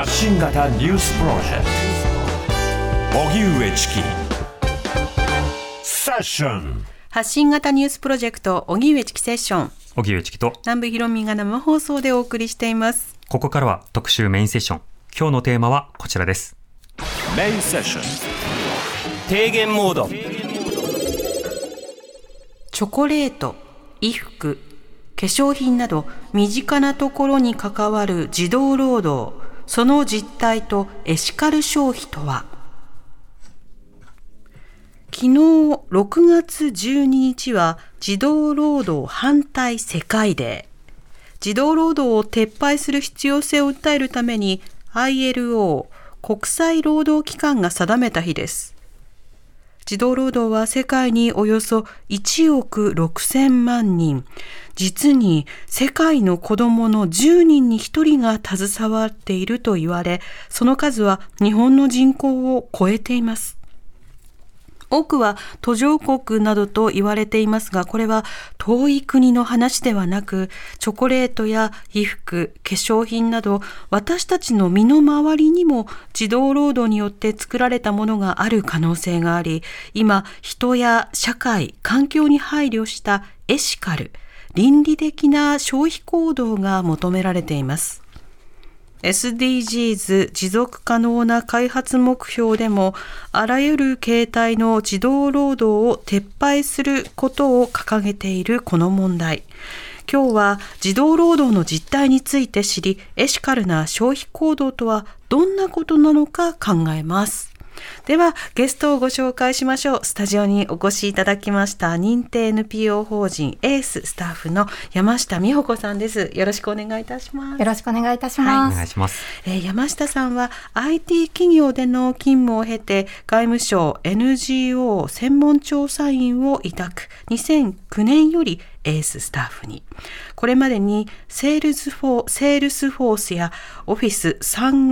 発信型ニュースプロジェクト荻上チキセッション。 発信型ニュースプロジェクト荻上チキセッション、 荻上チキと南部ひろみが生放送でお送りしています。 ここからは特集メインセッション。今日のテーマはこちらです。 メインセッション低減モード。 チョコレート、衣服、化粧品など身近なところに関わる児童労働、その実態とエシカル消費とは。昨日6月12日は児童労働反対世界デー。児童労働を撤廃する必要性を訴えるために ILO 国際労働機関が定めた日です。児童労働は世界におよそ1億6000万人、実に世界の子どもの10人に1人が携わっていると言われ、その数は日本の人口を超えています。多くは途上国などと言われていますが、これは遠い国の話ではなく、チョコレートや衣服、化粧品など私たちの身の回りにも児童労働によって作られたものがある可能性があり、今人や社会、環境に配慮したエシカル、倫理的な消費行動が求められています。SDGs 持続可能な開発目標でもあらゆる形態の児童労働を撤廃することを掲げているこの問題。今日は児童労働の実態について知り、エシカルな消費行動とはどんなことなのか考えます。ではゲストをご紹介しましょう。スタジオにお越しいただきました認定 NPO 法人エーススタッフの山下美穂子さんです。よろしくお願いいたします。 よろしくお願いいたします。 お願いします。 山下さんは IT 企業での勤務を経て外務省 NGO 専門調査員を委託、2009年よりエーススタッフに。これまでにセールスフォースやオフィス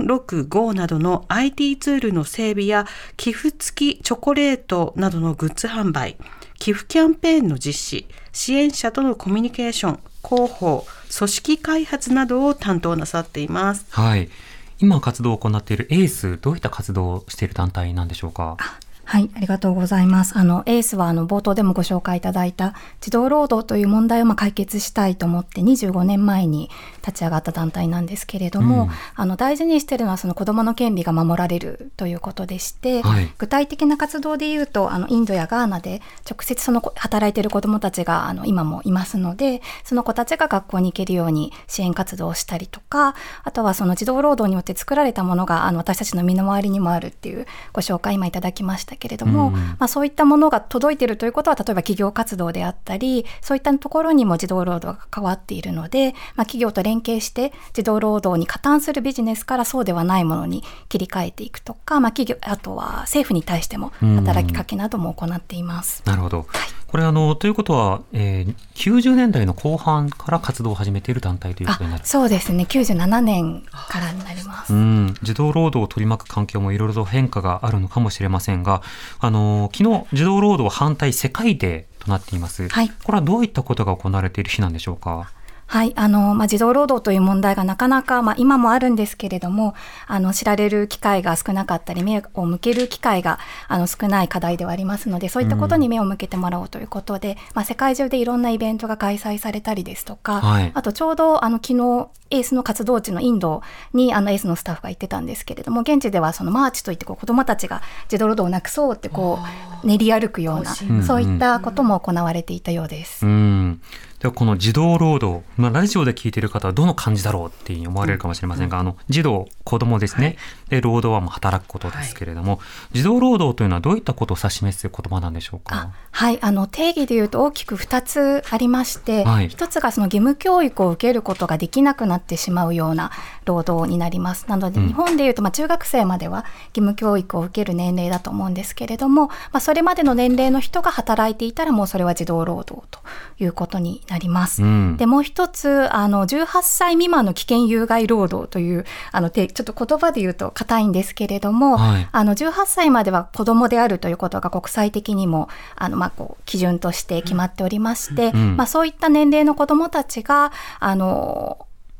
365などの IT ツールの整備や寄付付きチョコレートなどのグッズ販売、寄付キャンペーンの実施、支援者とのコミュニケーション、広報、組織開発などを担当なさっています。 はい。今活動を行っているエース、どういった活動をしている団体なんでしょうか？ はい、ありがとうございます。エースは冒頭でもご紹介いただいた児童労働という問題を解決したいと思って25年前に立ち上がった団体なんですけれども、大事にしているのはその子どもの権利が守られるということでして、はい、具体的な活動でいうとインドやガーナで直接その働いている子どもたちが今もいますので、その子たちが学校に行けるように支援活動をしたりとか、あとはその児童労働によって作られたものが私たちの身の回りにもあるっていうご紹介今いただきましたけれども、そういったものが届いているということは、例えば企業活動であったり、そういったところにも児童労働が関わっているので、企業と連携して児童労働に加担するビジネスからそうではないものに切り替えていくとか、あとは政府に対しても働きかけなども行っています。 なるほど。はい、これということは、90年代の後半から活動を始めている団体ということになる。 そうですね、97年からになります。 児童労働を取り巻く環境もいろいろと変化があるのかもしれませんが、昨日児童労働反対世界デーとなっています。はい、これはどういったことが行われている日なんでしょうか？ はい、児童労働という問題がなかなか、今もあるんですけれども、知られる機会が少なかったり、目を向ける機会が少ない課題ではありますので、そういったことに目を向けてもらおうということで、世界中でいろんなイベントが開催されたりですとか、はい、あとちょうど昨日エースの活動地のインドにエースのスタッフが行ってたんですけれども、現地ではそのマーチといって子どもたちが児童労働をなくそうって練り歩くような、そういったことも行われていたようです。 ではこの児童労働、ラジオで聞いている方はどの感じだろうって思われるかもしれませんが、児童、子供ですね、で労働は働くことですけれども、児童労働というのはどういったことを指し示す言葉なんでしょうか？ はい、定義でいうと大きく2つありまして、1つがその義務教育を受けることができなくなってしまうような労働になります。なので日本でいうと中学生までは義務教育を受ける年齢だと思うんですけれども、それまでの年齢の人が働いていたらもうそれは児童労働ということになります。でもう一つ18歳未満の危険有害労働というちょっと言葉で言うと硬いんですけれども、18歳までは子どもであるということが国際的にも基準として決まっておりまして、そういった年齢の子どもたちが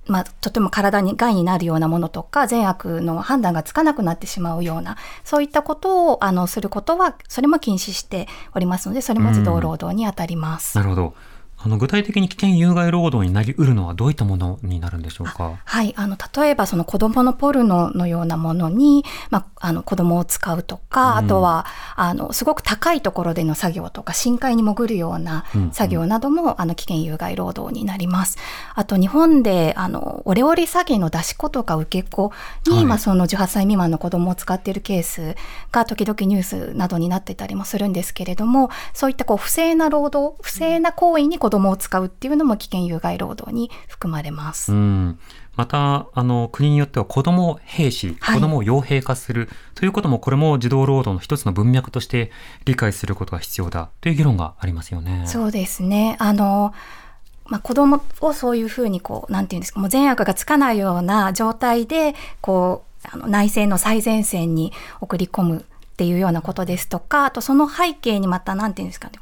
とても体に害になるようなものとか善悪の判断がつかなくなってしまうようなそういったことをすることはそれも禁止しておりますので、それも児童労働にあたります。 なるほど。具体的に危険有害労働になりうるのはどういったものになるんでしょうか。 はい、例えばその子どものポルノのようなものに、子どもを使うとか、あとはすごく高いところでの作業とか深海に潜るような作業なども、危険有害労働になります。あと日本でオレオレ詐欺の出し子とか受け子に、その18歳未満の子どもを使っているケースが時々ニュースなどになっていたりもするんですけれども、そういった不正な労働、不正な行為に子どもを使うっていうのも危険有害労働に含まれます。 また国によっては子ども兵士、子どもを傭兵化するということも、これも児童労働の一つの文脈として理解することが必要だという議論がありますよね。 そうですね。子どもをそういうふうになんていうんですか、もう善悪がつかないような状態で内戦の最前線に送り込むっていうようなことですとか、あとその背景にまたなんていうんですかね、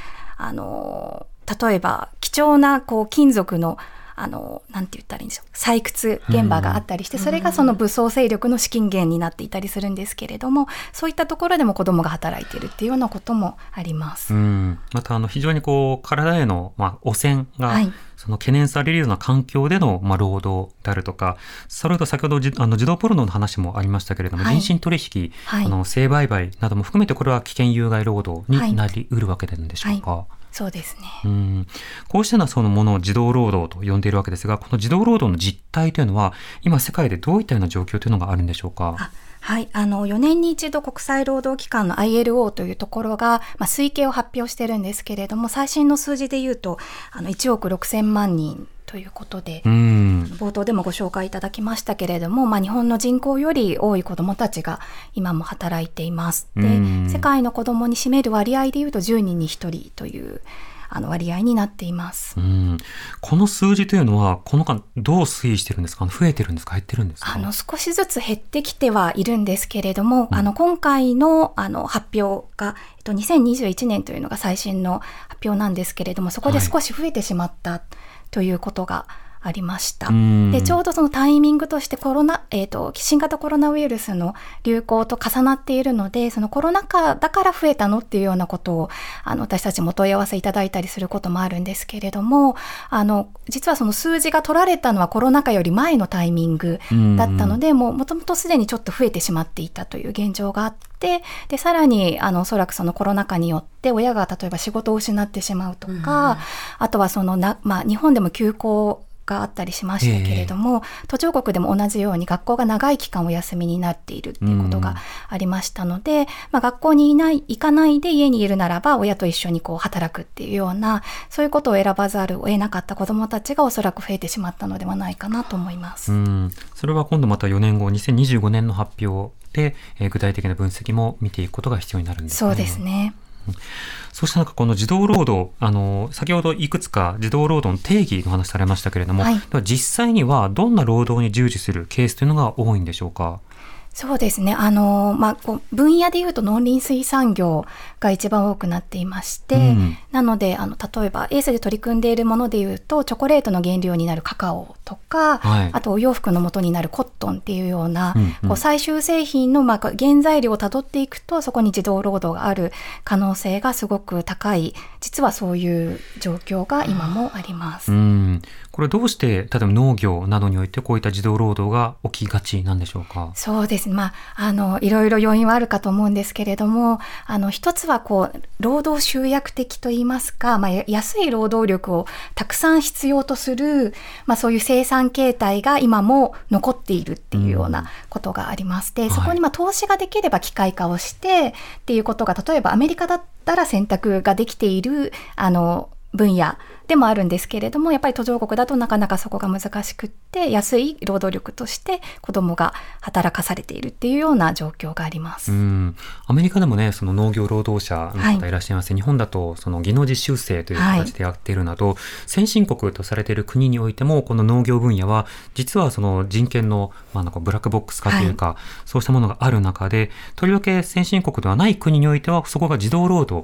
例えば貴重な金属のなんて言ったらいいんでしょう、採掘現場があったりして、それがその武装勢力の資金源になっていたりするんですけれども、そういったところでも子どもが働いているっていうようなこともあります。 また非常に体への、汚染が、その懸念されるような環境での、労働であるとか、それと先ほど児童ポルノの話もありましたけれども、人身取引、性売買なども含めて、これは危険有害労働になりうるわけなんでしょうか。 そうですね。 こうしたようなそのものを児童労働と呼んでいるわけですが、この児童労働の実態というのは今世界でどういったような状況というのがあるんでしょうか。 はい、4年に一度国際労働機関の ILO というところが、推計を発表してるんですけれども、最新の数字でいうと1億6000万人ということで、冒頭でもご紹介いただきましたけれども、日本の人口より多い子どもたちが今も働いています。で、世界の子どもに占める割合でいうと10人に1人という割合になっています。 この数字というのはこの間どう推移してるんですか。増えてるんですか、減ってるんですか。 少しずつ減ってきてはいるんですけれども、今回の発表が2021年というのが最新の発表なんですけれども、そこで少し増えてしまったということがありました。で、ちょうどそのタイミングとして新型コロナウイルスの流行と重なっているので、そのコロナ禍だから増えたのっていうようなことを私たちも問い合わせいただいたりすることもあるんですけれども、実はその数字が取られたのはコロナ禍より前のタイミングだったので、もともとすでにちょっと増えてしまっていたという現状があって、でさらにおそらくそのコロナ禍によって親が例えば仕事を失ってしまうとか、あとはその日本でも休校があったりしましたけれども、途上国でも同じように学校が長い期間お休みになっているっていうことがありましたので、学校に行かないで家にいるならば親と一緒に働くっていうような、そういうことを選ばざるを得なかった子どもたちがおそらく増えてしまったのではないかなと思います。 それは今度また4年後2025年の発表で、具体的な分析も見ていくことが必要になるんですね。 そうですね。 そうした中、この児童労働、先ほどいくつか児童労働の定義の話されましたけれども、では実際にはどんな労働に従事するケースというのが多いんでしょうか。 そうですね。分野でいうと農林水産業が一番多くなっていまして、なので例えばエースで取り組んでいるものでいうとチョコレートの原料になるカカオとか、あとお洋服の元になるコットンっていうような、最終製品の原材料をたどっていくと、そこに児童労働がある可能性がすごく高い、実はそういう状況が今もあります。 これどうして例えば農業などにおいてこういった児童労働が起きがちなんでしょうか。 そうですね。いろいろ要因はあるかと思うんですけれども、一つは労働集約的といいますか、安い労働力をたくさん必要とする、そういう生産形態が今も残っているっていうようなことがありまして、そこに投資ができれば機械化をしてっていうことが、例えばアメリカだったら選択ができている分野でもあるんですけれども、やっぱり途上国だとなかなかそこが難しくって、安い労働力として子どもが働かされているっていうような状況があります。 アメリカでもね、その農業労働者の方いらっしゃいます。日本だとその技能実習生という形でやっているなど、先進国とされている国においてもこの農業分野は実はその人権の、ブラックボックス化というか、そうしたものがある中で、とりわけ先進国ではない国においてはそこが児童労働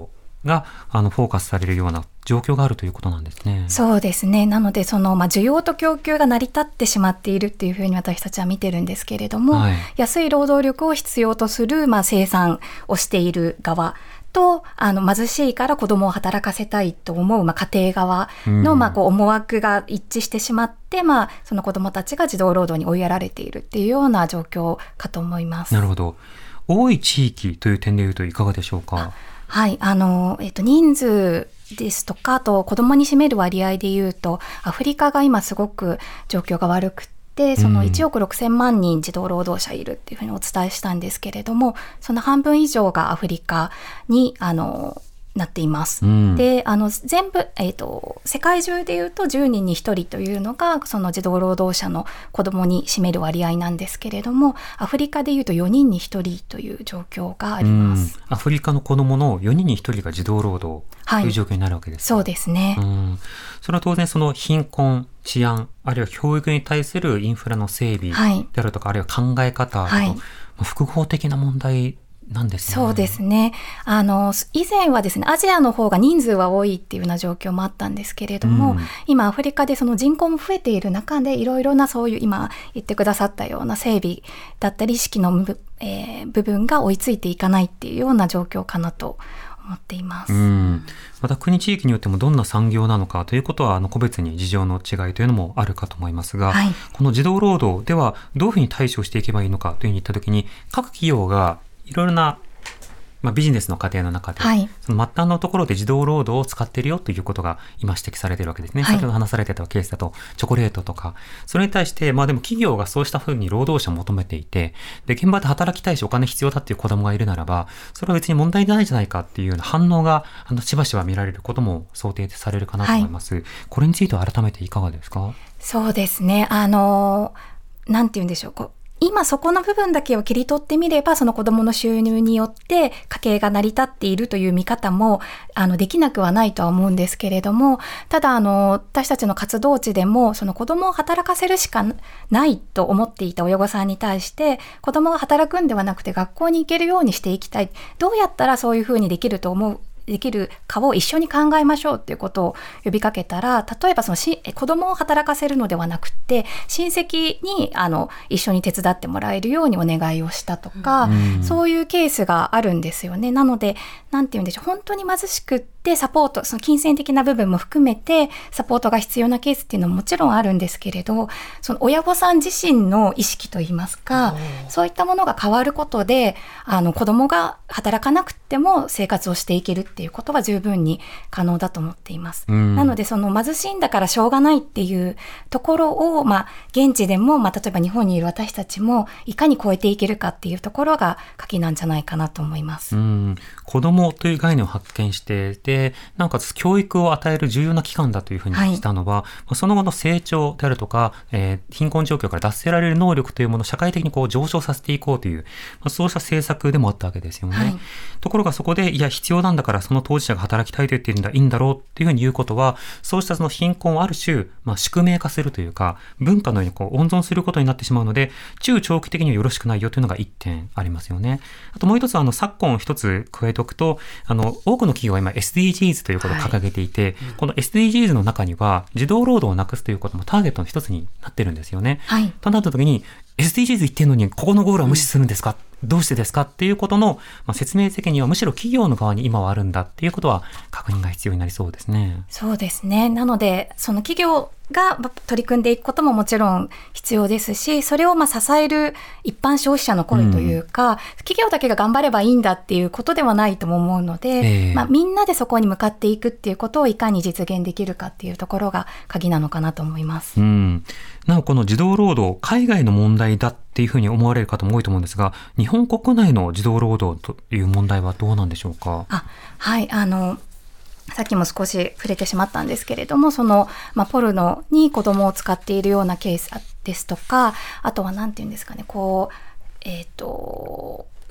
がフォーカスされるような状況があるということなんですね。 そうですね。なので需要と供給が成り立ってしまっているっていうふうに私たちは見てるんですけれども、安い労働力を必要とする生産をしている側と貧しいから子供を働かせたいと思う、家庭側の思惑が一致してしまって、その子供たちが児童労働に追いやられているっていうような状況かと思います。 なるほど。多い地域という点でいうといかがでしょうか。 はい、人数ですとか、あと子供に占める割合でいうと、アフリカが今すごく状況が悪くて、その1億6000万人児童労働者いるっていうふうにお伝えしたんですけれども、その半分以上がアフリカになっています。で、全部、世界中でいうと10人に1人というのがその児童労働者の子どもに占める割合なんですけれども、アフリカでいうと4人に1人という状況があります。 アフリカの子どもの4人に1人が児童労働という状況になるわけですか。 そうですね。 それは当然その貧困、治安、あるいは教育に対するインフラの整備であるとか、あるいは考え方と、複合的な問題なんですね。 そうですね。以前はですね、アジアの方が人数は多いっていうような状況もあったんですけれども、今アフリカでその人口も増えている中で、いろいろなそういう今言ってくださったような整備だったり意識の部分が追いついていかないっていうような状況かなと思っています。 また国地域によってもどんな産業なのかということは個別に事情の違いというのもあるかと思いますが、この児童労働ではどういうふうに対処していけばいいのかというふうに言ったときに、各企業がいろいろなビジネスの過程の中で、その末端のところで児童労働を使っているよということが今指摘されているわけですね。先ほど話されていたケースだとチョコレートとか、それに対してでも企業がそうしたふうに労働者を求めていて、で現場で働きたいしお金必要だっていう子供がいるならば、それは別に問題ないじゃないかっていうような反応がしばしば見られることも想定されるかなと思います。これについては改めていかがですか。 そうですね。なんて言うんでしょう。今そこの部分だけを切り取ってみれば、その子どもの収入によって家計が成り立っているという見方もできなくはないとは思うんですけれども、ただ私たちの活動地でもその子どもを働かせるしかないと思っていた親御さんに対して、子どもが働くんではなくて学校に行けるようにしていきたい、どうやったらそういうふうにできるかを一緒に考えましょうっていうことを呼びかけたら、例えば子供を働かせるのではなくて、親戚に一緒に手伝ってもらえるようにお願いをしたとか、そういうケースがあるんですよね。なので、なんて言うんでしょう、本当に貧しくってサポート、その金銭的な部分も含めてサポートが必要なケースっていうのももちろんあるんですけれど、その親御さん自身の意識といいますか、そういったものが変わることで、子供が働かなくても生活をしていけるっていうことは十分に可能だと思っています。なので、その貧しいんだからしょうがないっていうところを、現地でも、例えば日本にいる私たちもいかに超えていけるかっていうところが鍵なんじゃないかなと思います。 子供という概念を発見して、でなおかつ教育を与える重要な機関だというふうにしたのは、その後の成長であるとか、貧困状況から脱せられる能力というものを社会的に上昇させていこうという、そうした政策でもあったわけですよね。ところがそこで、いや必要なんだからその当事者が働きたいと言っているんだ、いいんだろうっていうふうに言うことは、そうしたその貧困をある種、宿命化するというか、文化のように温存することになってしまうので、中長期的にはよろしくないよというのが一点ありますよね。あともう一つ昨今一つ加えておくと、多くの企業は今 SDGs ということを掲げていて、この SDGs の中には児童労働をなくすということもターゲットの一つになってるんですよね。となった時に SDGs 言ってるのにここのゴールは無視するんですか、どうしてですかっていうことの、説明責任はむしろ企業の側に今はあるんだっていうことは確認が必要になりそうですね。 そうですね。なのでその企業が取り組んでいくことももちろん必要ですし、それを支える一般消費者の声というか、企業だけが頑張ればいいんだっていうことではないとも思うので、みんなでそこに向かっていくっていうことをいかに実現できるかっていうところが鍵なのかなと思います。 なおこの児童労働、海外の問題だっていうふうに思われる方も多いと思うんですが、日本国内の児童労働という問題はどうなんでしょうか。 さっきも少し触れてしまったんですけれども、ポルノに子供を使っているようなケースですとか、あとはなんていうんですかね、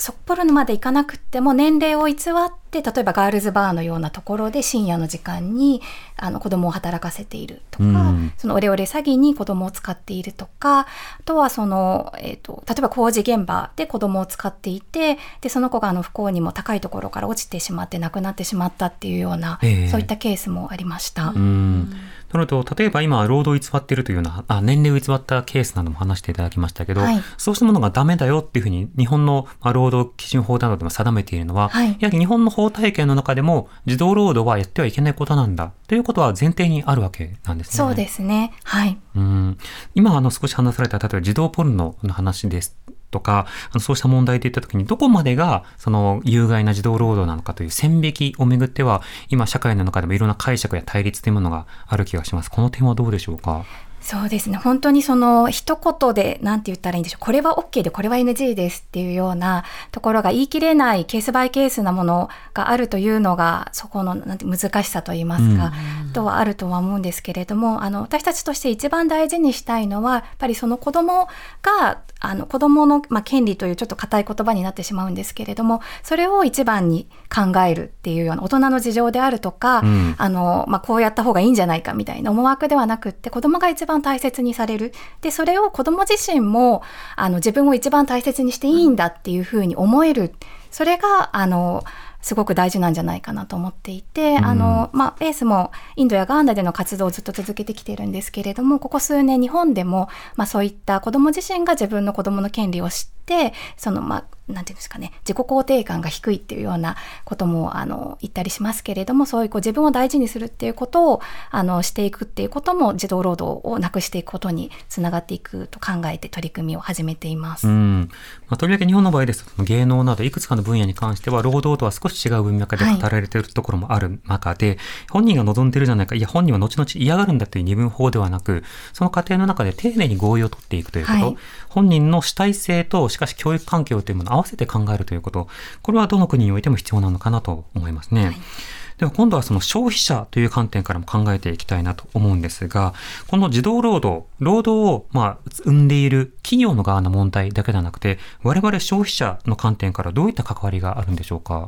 そこまでいかなくっても年齢を偽って例えばガールズバーのようなところで深夜の時間に子供を働かせているとか、そのオレオレ詐欺に子供を使っているとか、あとは例えば工事現場で子供を使っていて、でその子が不幸にも高いところから落ちてしまって亡くなってしまったっていうような、そういったケースもありました。 なので例えば今労働を偽っているというような年齢を偽ったケースなども話していただきましたけど、そうしたものがダメだよっていうふうに日本の労働基準法などでも定めているのは、やはり日本の法体系の中でも児童労働はやってはいけないことなんだということは前提にあるわけなんですね。 そうですね。はい。 今少し話された例えば児童ポルノの話ですとか、そうした問題で言ったときにどこまでがその有害な児童労働なのかという線引きをめぐっては、今社会の中でもいろんな解釈や対立というものがある気がします。この点はどうでしょうか。 そうですね。本当に一言でなんて言ったらいいんでしょう。これは OK でこれは NG ですっていうようなところが言い切れないケースバイケースなものがあるというのが、そこの難しさといいますか、とはあるとは思うんですけれども、私たちとして一番大事にしたいのは、やっぱりその子供が子供の、権利というちょっと固い言葉になってしまうんですけれども、それを一番に考えるっていうような大人の事情であるとか、こうやった方がいいんじゃないかみたいな思惑ではなくって、子供が一番大切にされる。で、それを子供自身も自分を一番大切にしていいんだっていうふうに思える。それがすごく大事なんじゃないかなと思っていて、エースもインドやガーナでの活動をずっと続けてきているんですけれども、ここ数年日本でも、そういった子ども自身が自分の子どもの権利を知って、なんていうんですかね、自己肯定感が低いっていうようなことも言ったりしますけれども、そういう自分を大事にするっていうことをしていくっていうことも、児童労働をなくしていくことにつながっていくと考えて取り組みを始めています。 とりわけ日本の場合ですと、芸能などいくつかの分野に関しては労働とは少し違う文脈で語られているところもある中で、本人が望んでいるじゃないか、いや本人は後々嫌がるんだという二分法ではなく、その過程の中で丁寧に合意を取っていくということ、本人の主体性としかし教育環境というものを合わせて考えるということ、これはどの国においても必要なのかなと思いますね。では今度はその消費者という観点からも考えていきたいなと思うんですが、この児童労働を生んでいる企業の側の問題だけではなくて、我々消費者の観点からどういった関わりがあるんでしょうか。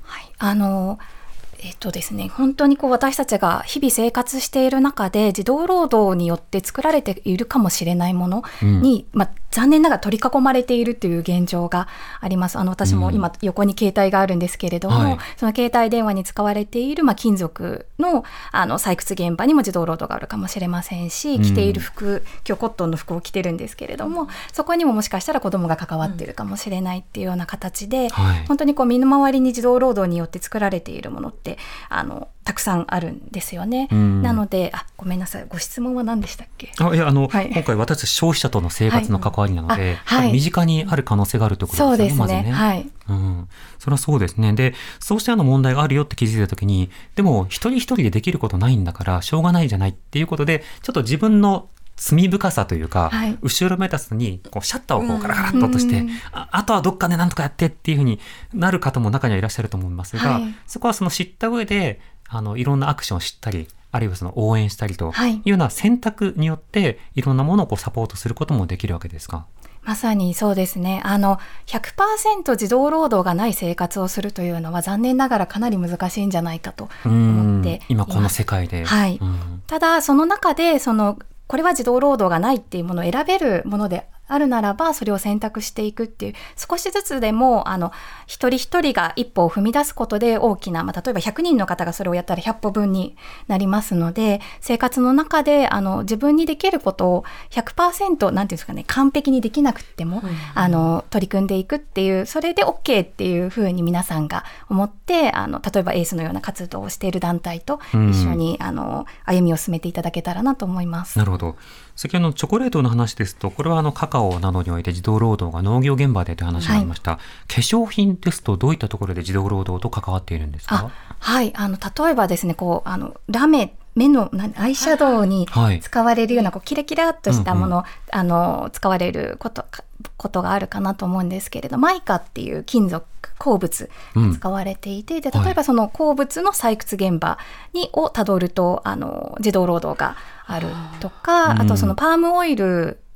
ですね、本当に私たちが日々生活している中で児童労働によって作られているかもしれないものに、残念ながら取り囲まれているという現状があります。私も今横に携帯があるんですけれども、その携帯電話に使われている金属の採掘現場にも児童労働があるかもしれませんし、着ている服、今日コットンの服を着てるんですけれども、そこにももしかしたら子どもが関わっているかもしれないっていうような形で、本当に身の回りに児童労働によって作られているものってたくさんあるんですよね。なのでごめんなさい、ご質問は何でしたっけ。 今回私たち消費者との生活の関わりなので、身近にある可能性があるということですね。 そうですね。 まずね。それはそうですね。で、そうしたような問題があるよって気づいたときに、でも一人一人でできることないんだからしょうがないじゃないっていうことで、ちょっと自分の罪深さというか、後ろめたさにシャッターをガラガラっと落として、あとはどっかで何とかやってっていうふうになる方も中にはいらっしゃると思いますが、そこは知った上でいろんなアクションを知ったり、あるいは応援したりというような選択によっていろんなものをサポートすることもできるわけですか。 まさにそうですね。100% 児童労働がない生活をするというのは残念ながらかなり難しいんじゃないかと思っています。 今この世界で。 ただその中でこれは児童労働がないっていうものを選べるものであるならば、それを選択していくっていう、少しずつでも一人一人が一歩を踏み出すことで大きな、例えば100人の方がそれをやったら100歩分になりますので、生活の中で自分にできることを 100% なんていうんですかね、完璧にできなくっても、取り組んでいくっていう、それで OK っていうふうに皆さんが思って、例えばエースのような活動をしている団体と一緒に歩みを進めていただけたらなと思います。 なるほど。先ほどのチョコレートの話ですと、これはカカオなどにおいて児童労働が農業現場でという話がありました。化粧品ですとどういったところで児童労働と関わっているんですか。 例えばですね、ラメ、目のアイシャドウに使われるようなキラキラっとしたもの、使われることがあるかなと思うんですけれど、マイカっていう金属鉱物が使われていて、で例えばその鉱物の採掘現場をたどると児童労働があるとか、あとパームオイル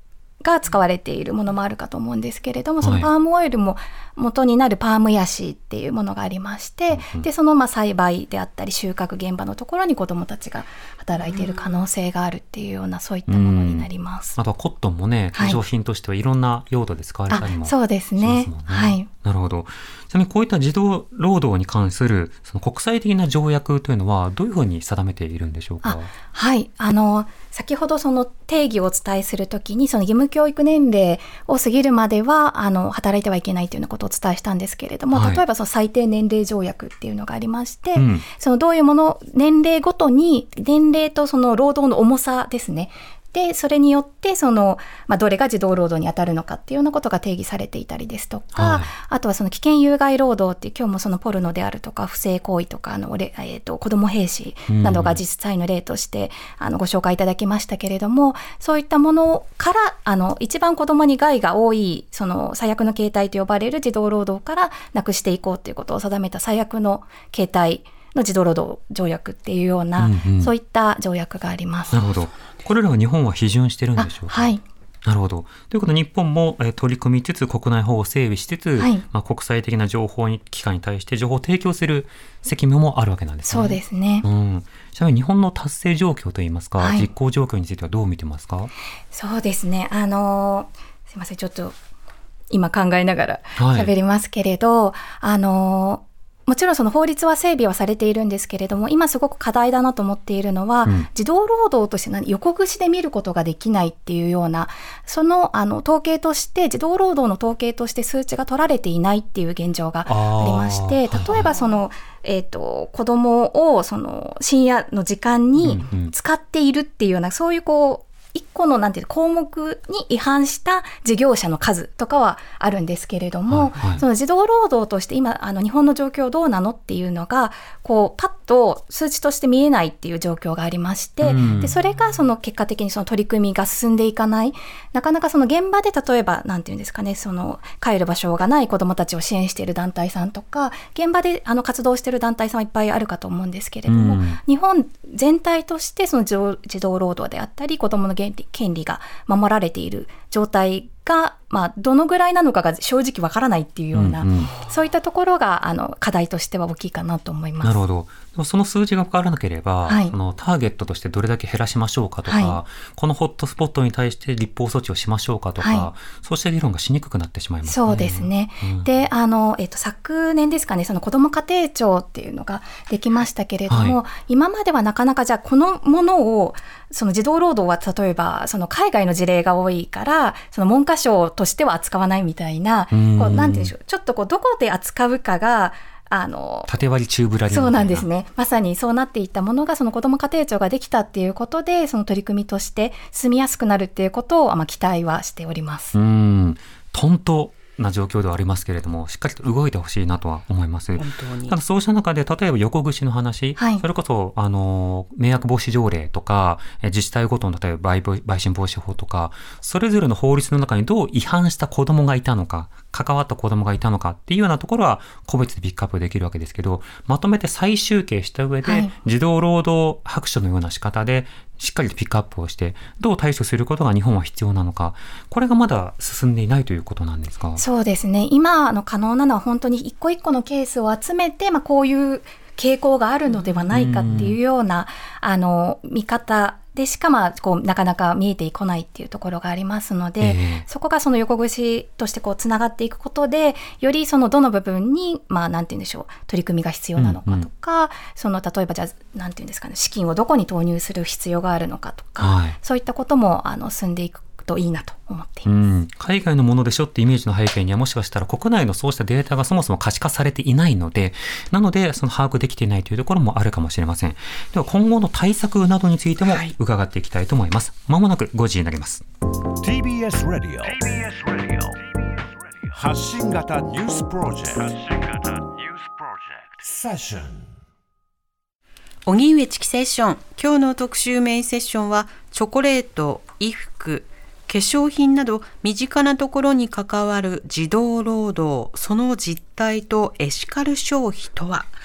が使われているものもあるかと思うんですけれども、そのパームオイルも元になるパームヤシっていうものがありまして、でその栽培であったり収穫現場のところに子どもたちが働いている可能性があるっていうような、そういったものになります。 あとはコットンもね、化粧品としてはいろんな用途で使われたりもしますもんね。 そうですね。はい。 なるほど。ちなみにこういった児童労働に関するその国際的な条約というのはどういうふうに定めているんでしょうか。 はい。先ほどその定義をお伝えするときに、その義務教育年齢を過ぎるまでは働いてはいけないというようなことをお伝えしたんですけれども、例えばその最低年齢条約っていうのがありまして、そのどういうもの、年齢ごとに年齢とその労働の重さですね。でそれによってどれが児童労働に当たるのかっていうようなことが定義されていたりですとか、あとはその危険有害労働っていう、今日もそのポルノであるとか不正行為とか子ども兵士などが実際の例としてご紹介いただきましたけれども、そういったものから一番子どもに害が多いその最悪の形態と呼ばれる児童労働からなくしていこうということを定めた最悪の形態の児童労働条約っていうような、そういった条約があります。 なるほど。これらは日本は批准してるんでしょうか。 はい。 なるほど。ということで日本も取り組みつつ国内法を整備しつつ、国際的な情報機関に対して情報を提供する責務もあるわけなんですね。 そうですね。 ちなみに日本の達成状況といいますか、実行状況についてはどう見てますか。 そうですね。すいません、ちょっと今考えながら喋りますけれど、もちろんその法律は整備はされているんですけれども、今すごく課題だなと思っているのは、児童労働として横串で見ることができないっていうような、その統計として児童労働の統計として数値が取られていないっていう現状がありまして、例えばその子供をその深夜の時間に使っているっていうような、そういう一個の項目に違反した事業者の数とかはあるんですけれども、その児童労働として今日本の状況どうなのっていうのがパッと数値として見えないっていう状況がありまして、でそれがその結果的にその取り組みが進んでいかない、なかなかその現場で例えばなんていうんですかね、その帰る場所がない子どもたちを支援している団体さんとか、現場で活動している団体さんはいっぱいあるかと思うんですけれども、日本全体としてその児童労働であったり子どもの権利が守られている状態が、どのぐらいなのかが正直わからないっていうような、そういったところが課題としては大きいかなと思います。 なるほど。その数字が分からなければ、そのターゲットとしてどれだけ減らしましょうかとか、このホットスポットに対して立法措置をしましょうかとか、そうした議論がしにくくなってしまいますね。 そうですね。で昨年ですかね、その子ども家庭庁っていうのができましたけれども、今まではなかなかじゃあこのものをその児童労働は例えばその海外の事例が多いからその文科省としては扱わないみたいな、なんて言うんでしょう、ちょっとどこで扱うかが縦割り宙ぶらりみたいな。 そうなんですね。まさにそうなっていったものがその子ども家庭庁ができたっていうことで、その取り組みとして進みやすくなるっていうことを期待はしております。 トントな状況ではありますけれども、しっかりと動いてほしいなとは思います。 本当に。 ただそうした中で例えば横串の話、それこそ迷惑防止条例とか自治体ごとの例えば売春防止法とか、それぞれの法律の中にどう違反した子どもがいたのか、関わった子どもがいたのかっていうようなところは個別でピックアップできるわけですけど、まとめて再集計した上で、児童労働白書のような仕方でしっかりとピックアップをしてどう対処することが日本は必要なのか、これがまだ進んでいないということなんですか。 そうですね。今可能なのは本当に一個一個のケースを集めて、こういう傾向があるのではないかっていうような見方でしかなかなか見えてこないっていうところがありますので、そこがその横串としてつながっていくことで、よりそのどの部分になんて言うんでしょう、取り組みが必要なのかとか、その例えばじゃあなんて言うんですかね、資金をどこに投入する必要があるのかとか、そういったことも進んでいくといいなと思っています。 海外のものでしょってイメージの背景には、もしかしたら国内のそうしたデータがそもそも可視化されていないので、その把握できていないというところもあるかもしれません。では今後の対策などについても伺っていきたいと思います。まもなく5時になります。 TBS ラディオ発信型ニュースプロジェクトセッション荻上チキセッション。今日の特集メインセッションはチョコレート、衣服、化粧品など身近なところに関わる児童労働、その実態とエシカル消費とは。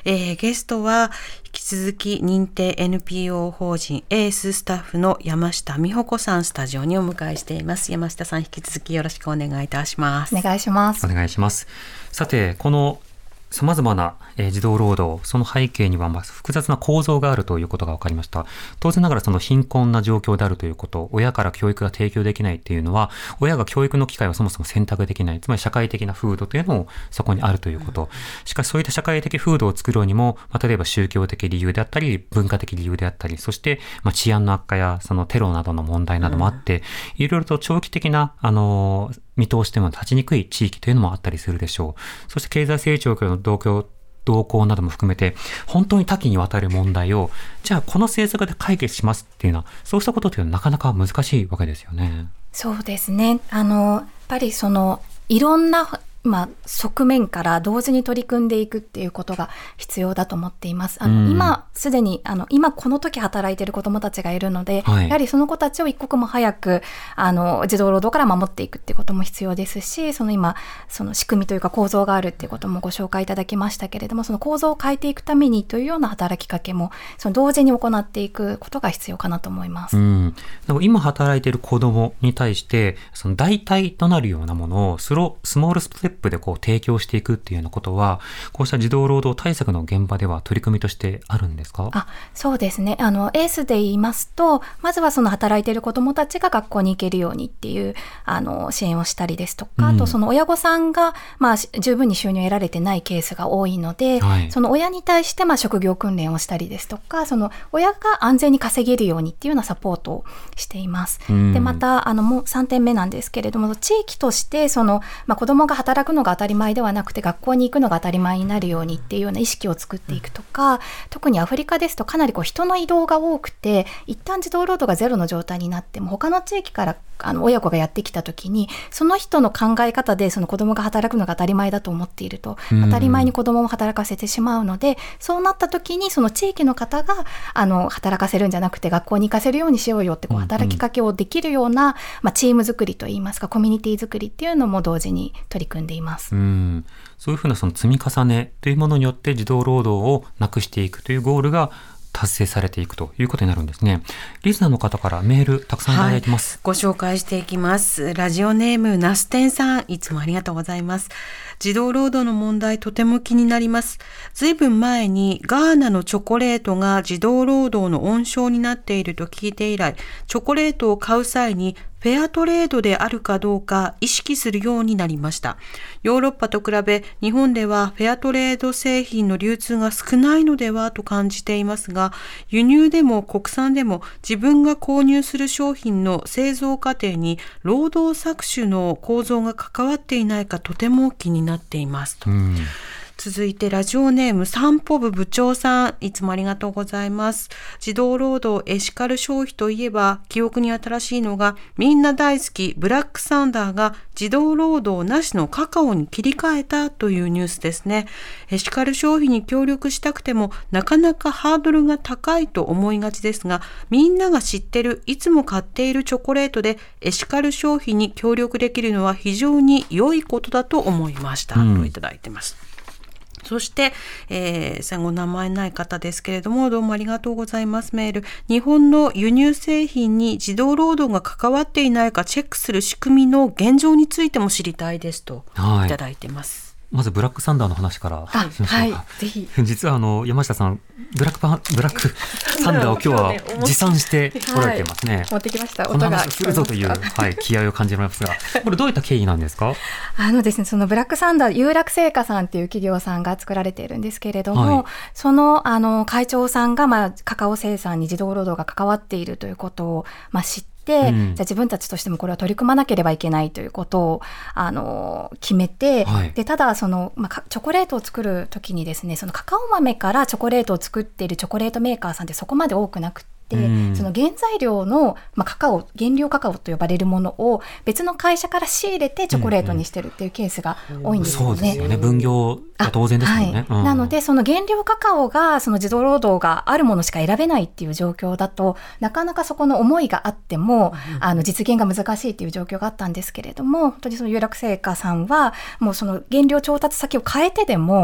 ゲストは引き続き認定 NPO 法人エーススタッフの山下美穂子さん、スタジオにお迎えしています。山下さん、引き続きよろしくお願いいたします。 お願いします。 お願いします。さて、この様々な児童労働、その背景には複雑な構造があるということが分かりました。当然ながらその貧困な状況であるということ、親から教育が提供できないっていうのは、親が教育の機会をそもそも選択できない、つまり社会的な風土というのもそこにあるということ。しかしそういった社会的風土を作るにも、例えば宗教的理由であったり、文化的理由であったり、そして治安の悪化やそのテロなどの問題などもあって、いろいろと長期的な見通しでも立ちにくい地域というのもあったりするでしょう。そして経済成長の動向なども含めて本当に多岐にわたる問題をじゃあこの政策で解決しますっていうのは、そうしたことというのはなかなか難しいわけですよね。 そうですね。やっぱりいろんな側面から同時に取り組んでいくっていうことが必要だと思っています。今すでに今この時働いている子どもたちがいるので、やはりその子たちを一刻も早く児童労働から守っていくっていうことも必要ですし、今その仕組みというか構造があるっていうこともご紹介いただきましたけれども、その構造を変えていくためにというような働きかけも同時に行っていくことが必要かなと思います。 でも今働いている子どもに対してその代替となるようなものをスモールステップで提供していくっていうようなことは、こうした児童労働対策の現場では取り組みとしてあるんですか？ そうですね。エースで言いますと、まずはその働いている子どもたちが学校に行けるようにっていう支援をしたりですとか、あとその親御さんが十分に収入を得られてないケースが多いので、その親に対して職業訓練をしたりですとか、その親が安全に稼げるようにっていうようなサポートをしています。でまたもう3点目なんですけれども、地域として子どもが働くのが当たり前ではなくて学校に行くのが当たり前になるようにっていうような意識を作っていくとか、特にアフリカですとかなり人の移動が多くて、一旦児童労働がゼロの状態になっても他の地域から親子がやってきた時に、その人の考え方でその子どもが働くのが当たり前だと思っていると、当たり前に子どもも働かせてしまうので、そうなった時にその地域の方が働かせるんじゃなくて学校に行かせるようにしようよって働きかけをできるような、チーム作りといいますかコミュニティ作りっていうのも同時に取り組んでいます。 そういうふうな積み重ねというものによって児童労働をなくしていくというゴールが達成されていくということになるんですね。リスナーの方からメールたくさんいただいてます。 ご紹介していきます。ラジオネームナステンさん、いつもありがとうございます。児童労働の問題とても気になります。ずいぶん前にガーナのチョコレートが児童労働の温床になっていると聞いて以来、チョコレートを買う際にフェアトレードであるかどうか意識するようになりました。ヨーロッパと比べ日本ではフェアトレード製品の流通が少ないのではと感じていますが、輸入でも国産でも自分が購入する商品の製造過程に労働搾取の構造が関わっていないかとても気になっていますと。続いてラジオネーム散歩部部長さん、いつもありがとうございます。児童労働エシカル消費といえば記憶に新しいのが、みんな大好きブラックサンダーが児童労働なしのカカオに切り替えたというニュースですね。エシカル消費に協力したくてもなかなかハードルが高いと思いがちですが、みんなが知ってるいつも買っているチョコレートでエシカル消費に協力できるのは非常に良いことだと思いました、といただいてます。そして、お名前ない方ですけれども、どうもありがとうございます。メール、日本の輸入製品に児童労働が関わっていないかチェックする仕組みの現状についても知りたいですといただいてます。 まずブラックサンダーの話からしましょうか。 ぜひ。 実は山下さんブラックサンダーを今日は持参してこられてますね。 持ってきました。 この話をするぞという、気合を感じますが、これどういった経緯なんですか？ ですね、そのブラックサンダー、有楽製菓さんという企業さんが作られているんですけれども、その会長さんがカカオ生産に児童労働が関わっているということを知って、じゃあ自分たちとしてもこれは取り組まなければいけないということを決めて、でただチョコレートを作るときにですね、そのカカオ豆からチョコレートを作っているチョコレートメーカーさんってそこまで多くなくて、その原材料の、原料カカオと呼ばれるものを別の会社から仕入れてチョコレートにしてるっていうケースが多いんですよね。 そうですよね。分業が当然ですよね。 なのでその原料カカオがその児童労働があるものしか選べないっていう状況だと、なかなかそこの思いがあっても実現が難しいっていう状況があったんですけれども、本当にその有楽製菓さんはもうその原料調達先を変えてでも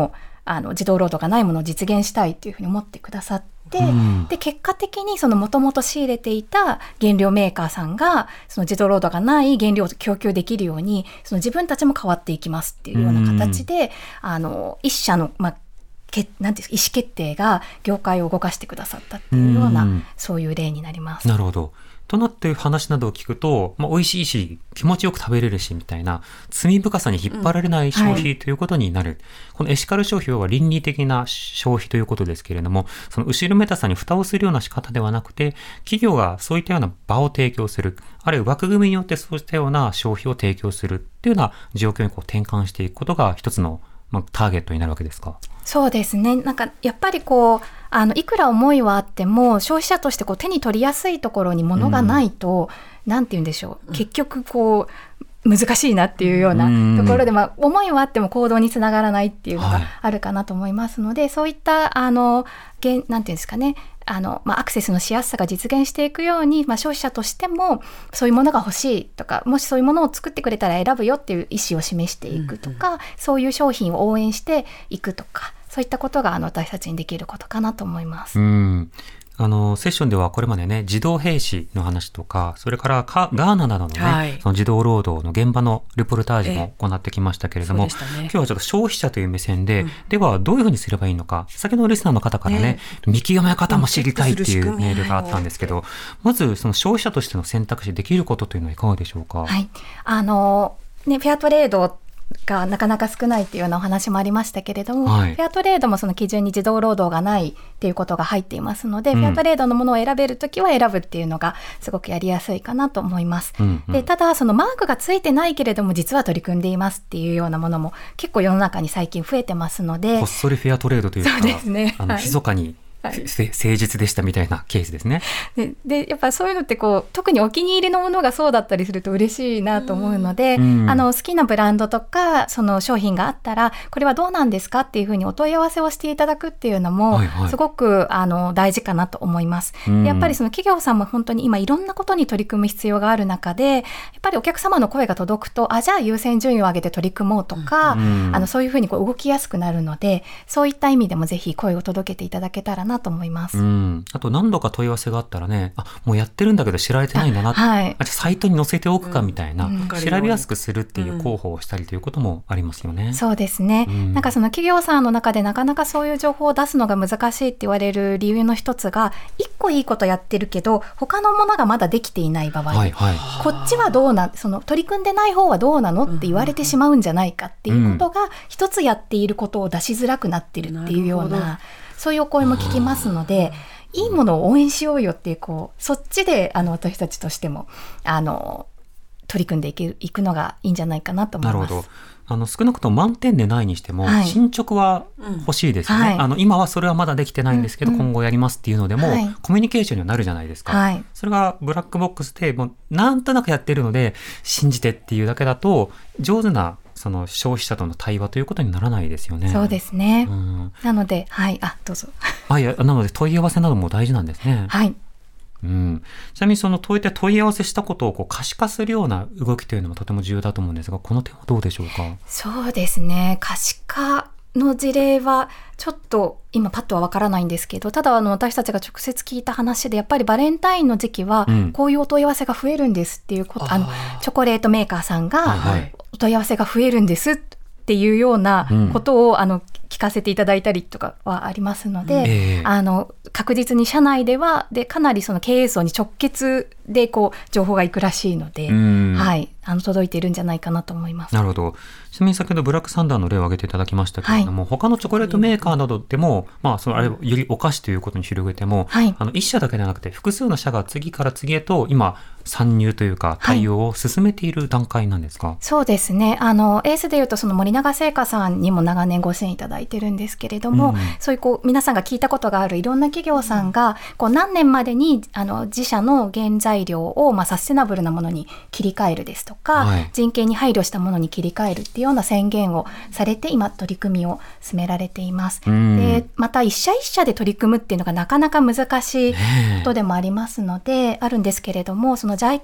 児童労働がないものを実現したいっていうふうに思ってくださって、で結果的にそのもともと仕入れていた原料メーカーさんがその児童労働がない原料を供給できるようにその自分たちも変わっていきますっていうような形で、一社の、なんていうんですか、意思決定が業界を動かしてくださったっていうような、そういう例になります。 なるほど。となっていう話などを聞くと、美味しいし気持ちよく食べれるしみたいな罪深さに引っ張られない消費ということになる、このエシカル消費は倫理的な消費ということですけれども、その後ろめたさに蓋をするような仕方ではなくて、企業がそういったような場を提供する、あるいは枠組みによってそうしたような消費を提供するっていうような状況に転換していくことが一つのターゲットになるわけですか？ そうですね。なんかやっぱりいくら思いはあっても消費者として手に取りやすいところに物がないと、なんて言うんでしょう、結局難しいなっていうようなところで、思いはあっても行動につながらないっていうのがあるかなと思いますので、そういったなんていうんですかね、アクセスのしやすさが実現していくように、消費者としてもそういうものが欲しいとか、もしそういうものを作ってくれたら選ぶよっていう意思を示していくとか、そういう商品を応援していくとか、そういったことが私たちにできることかなと思います。 セッションではこれまでね、児童兵士の話とか、それからガーナなどのね、その児童労働の現場のレポルタージも行ってきましたけれども、今日はちょっと消費者という目線で、ではどういうふうにすればいいのか、先ほどリスナーの方からね、見極め方も知りたいっていうメールがあったんですけど、まずその消費者としての選択肢できることというのはいかがでしょうか？ はい、フェアトレードがなかなか少ないっていうようなお話もありましたけれども、フェアトレードもその基準に児童労働がないっていうことが入っていますので、フェアトレードのものを選べるときは選ぶっていうのがすごくやりやすいかなと思います。でただそのマークがついてないけれども実は取り組んでいますっていうようなものも結構世の中に最近増えてますので、 こっそりフェアトレードというか、 そうですね、 密かに誠実でしたみたいなケースですね。 でやっぱそういうのって特にお気に入りのものがそうだったりすると嬉しいなと思うので、好きなブランドとかその商品があったらこれはどうなんですかっていうふうにお問い合わせをしていただくっていうのもすごく大事かなと思います。でやっぱりその企業さんも本当に今いろんなことに取り組む必要がある中で、やっぱりお客様の声が届くとじゃあ優先順位を上げて取り組もうとか、そういうふうに動きやすくなるので、そういった意味でもぜひ声を届けていただけたらなと思います。 あと何度か問い合わせがあったらね、もうやってるんだけど知られてないんだな、じゃあサイトに載せておくかみたいな、調べやすくするっていう広報をしたりということもありますよね。 そうですね、なんかその企業さんの中でなかなかそういう情報を出すのが難しいって言われる理由の一つが、一個いいことやってるけど他のものがまだできていない場合、こっちはどうな、その取り組んでない方はどうなのって言われてしまうんじゃないかっていうことが、一つやっていることを出しづらくなってるっていうような、そういうお声も聞きますので、いいものを応援しようよっていうそっちで私たちとしても取り組んでいくのがいいんじゃないかなと思います。 なるほど。少なくとも満点でないにしても、進捗は欲しいですよね。今はそれはまだできてないんですけど、今後やりますっていうのでも、コミュニケーションにはなるじゃないですか。それがブラックボックスでもうなんとなくやってるので信じてっていうだけだと、上手なその消費者との対話ということにならないですよね。 そうですね。なので、どうぞ。 なので問い合わせなども大事なんですね。ちなみにそういった問い合わせしたことを可視化するような動きというのもとても重要だと思うんですが、この点はどうでしょうか？ そうですね、可視化の事例はちょっと今パッとはわからないんですけど、ただ私たちが直接聞いた話で、やっぱりバレンタインの時期はこういうお問い合わせが増えるんですっていうこと、チョコレートメーカーさんがお問い合わせが増えるんですっていうようなことを聞かせていただいたりとかはありますので、確実に社内でかなりその経営層に直結で情報がいくらしいので、届いているんじゃないかなと思います。 なるほど。ちなみに先ほどブラックサンダーの例を挙げていただきましたけれども、他のチョコレートメーカーなどでも、あれをよりお菓子ということに広げても、一社だけではなくて複数の社が次から次へと今参入というか対応を進めている段階なんですか？ そうですね。エースでいうとその森永製菓さんにも長年ご支援いただいてるんですけれども、そういう皆さんが聞いたことがあるいろんな企業さんが何年までに自社の原材料をサステナブルなものに切り替えるですとか、人権に配慮したものに切り替えるっていうような宣言をされて今取り組みを進められています。でまた一社一社で取り組むっていうのがなかなか難しいことでもありますので、あるんですけれども、そのJICA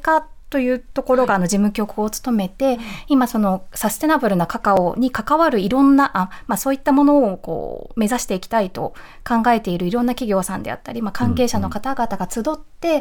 というところが事務局を務めて、今そのサステナブルなカカオに関わるいろんなそういったものをこう目指していきたいと考えているいろんな企業さんであったり、関係者の方々が集って、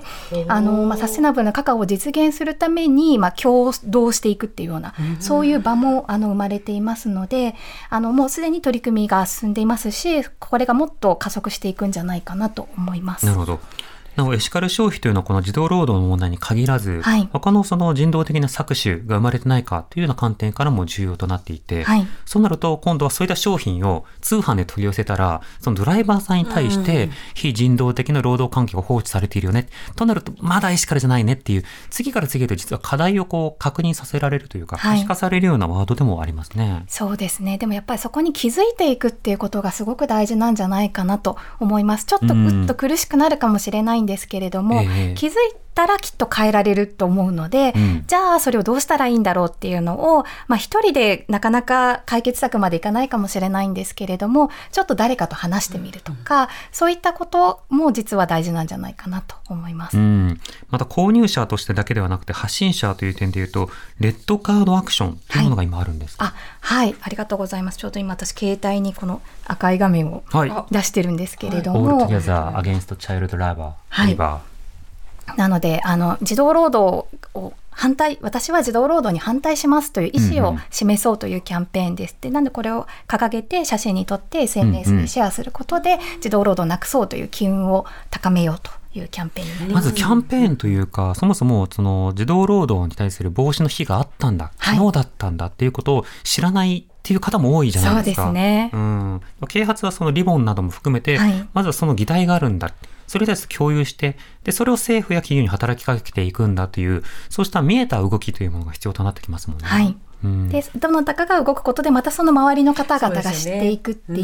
サステナブルなカカオを実現するために共同していくっていうような、そういう場も生まれていますので、もうすでに取り組みが進んでいますし、これがもっと加速していくんじゃないかなと思います。 なるほど。なおエシカル消費というのはこの児童労働の問題に限らず、 はい、 他のその人道的な搾取が生まれてないかというような観点からも重要となっていて、はい、そうなると今度はそういった商品を通販で取り寄せたら、そのドライバーさんに対して非人道的な労働環境が放置されているよねとなると、まだエシカルじゃないねっていう、次から次へと実は課題をこう確認させられるというか、可視化されるようなワードでもありますね。 そうですね。でもやっぱりそこに気づいていくっていうことがすごく大事なんじゃないかなと思います。ちょっとぐっと苦しくなるかもしれないんですけれども、気づいたらきっと変えられると思うので、じゃあそれをどうしたらいいんだろうっていうのを、一人でなかなか解決策までいかないかもしれないんですけれども、ちょっと誰かと話してみるとか、そういったことも実は大事なんじゃないかなと思います。 また購入者としてだけではなくて発信者という点でいうと、レッドカードアクションというものが今あるんですか？ はい、ありがとうございます。ちょうど今私携帯にこの赤い画面を出してるんですけれども、 All Together Against Child Labor、 なので児童労働を私は児童労働に反対しますという意思を示そうというキャンペーンです。で、なんでこれを掲げて写真に撮って SNS でシェアすることで、児童労働をなくそうという機運を高めようというキャンペーンになります。 まずキャンペーンというか、そもそもその児童労働に対する防止の日があったんだ、可能だったんだっていうことを知らないっていう方も多いじゃないですか。 そうですね。 啓発はそのリボンなども含めて、まずはその議題があるんだ、それに対して共有して、でそれを政府や企業に働きかけていくんだという、そうした見えた動きというものが必要となってきますもんね。 でどなたかが動くことで、またその周りの方々が知っていくっていう、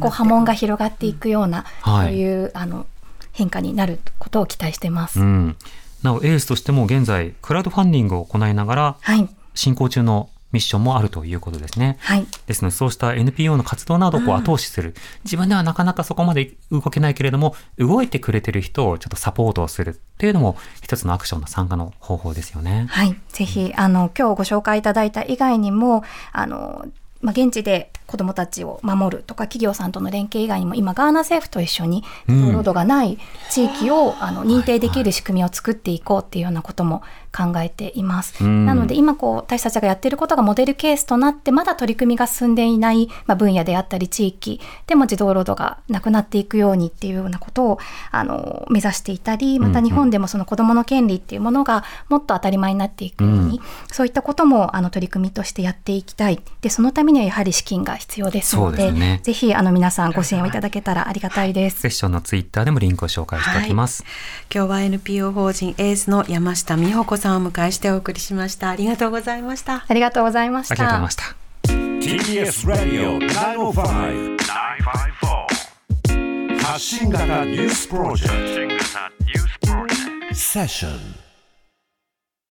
こう波紋が広がっていくような、そういう変化になることを期待しています。 なおエースとしても現在クラウドファンディングを行いながら、進行中のミッションもあるということですね。ですので、そうした NPO の活動などを後押しする、自分ではなかなかそこまで動けないけれども、動いてくれてる人をちょっとサポートをするっていうのも一つのアクションの参加の方法ですよね。 ぜひ今日ご紹介いただいた以外にも現地で子どもたちを守るとか、企業さんとの連携以外にも、今ガーナ政府と一緒に児童労働がない地域を認定できる仕組みを作っていこうっていうようなことも考えています。なので今私たちがやっていることがモデルケースとなって、まだ取り組みが進んでいない分野であったり地域でも児童労働がなくなっていくようにっていうようなことを目指していたり、また日本でもその子どもの権利っていうものがもっと当たり前になっていくように、そういったことも取り組みとしてやっていきたい。でそのためにはやはり資金が必要ですので、ぜひ皆さんご支援をいただけたらありがたいです。 セッションのツイッターでもリンクを紹介しておきます。 今日は NPO 法人エースの山下美穂子さんをお迎えしてお送りしました。ありがとうございました。 ありがとうございました。 ありがとうございました。 TBS Radio 905-954発信型ニュースプロジェクトセッション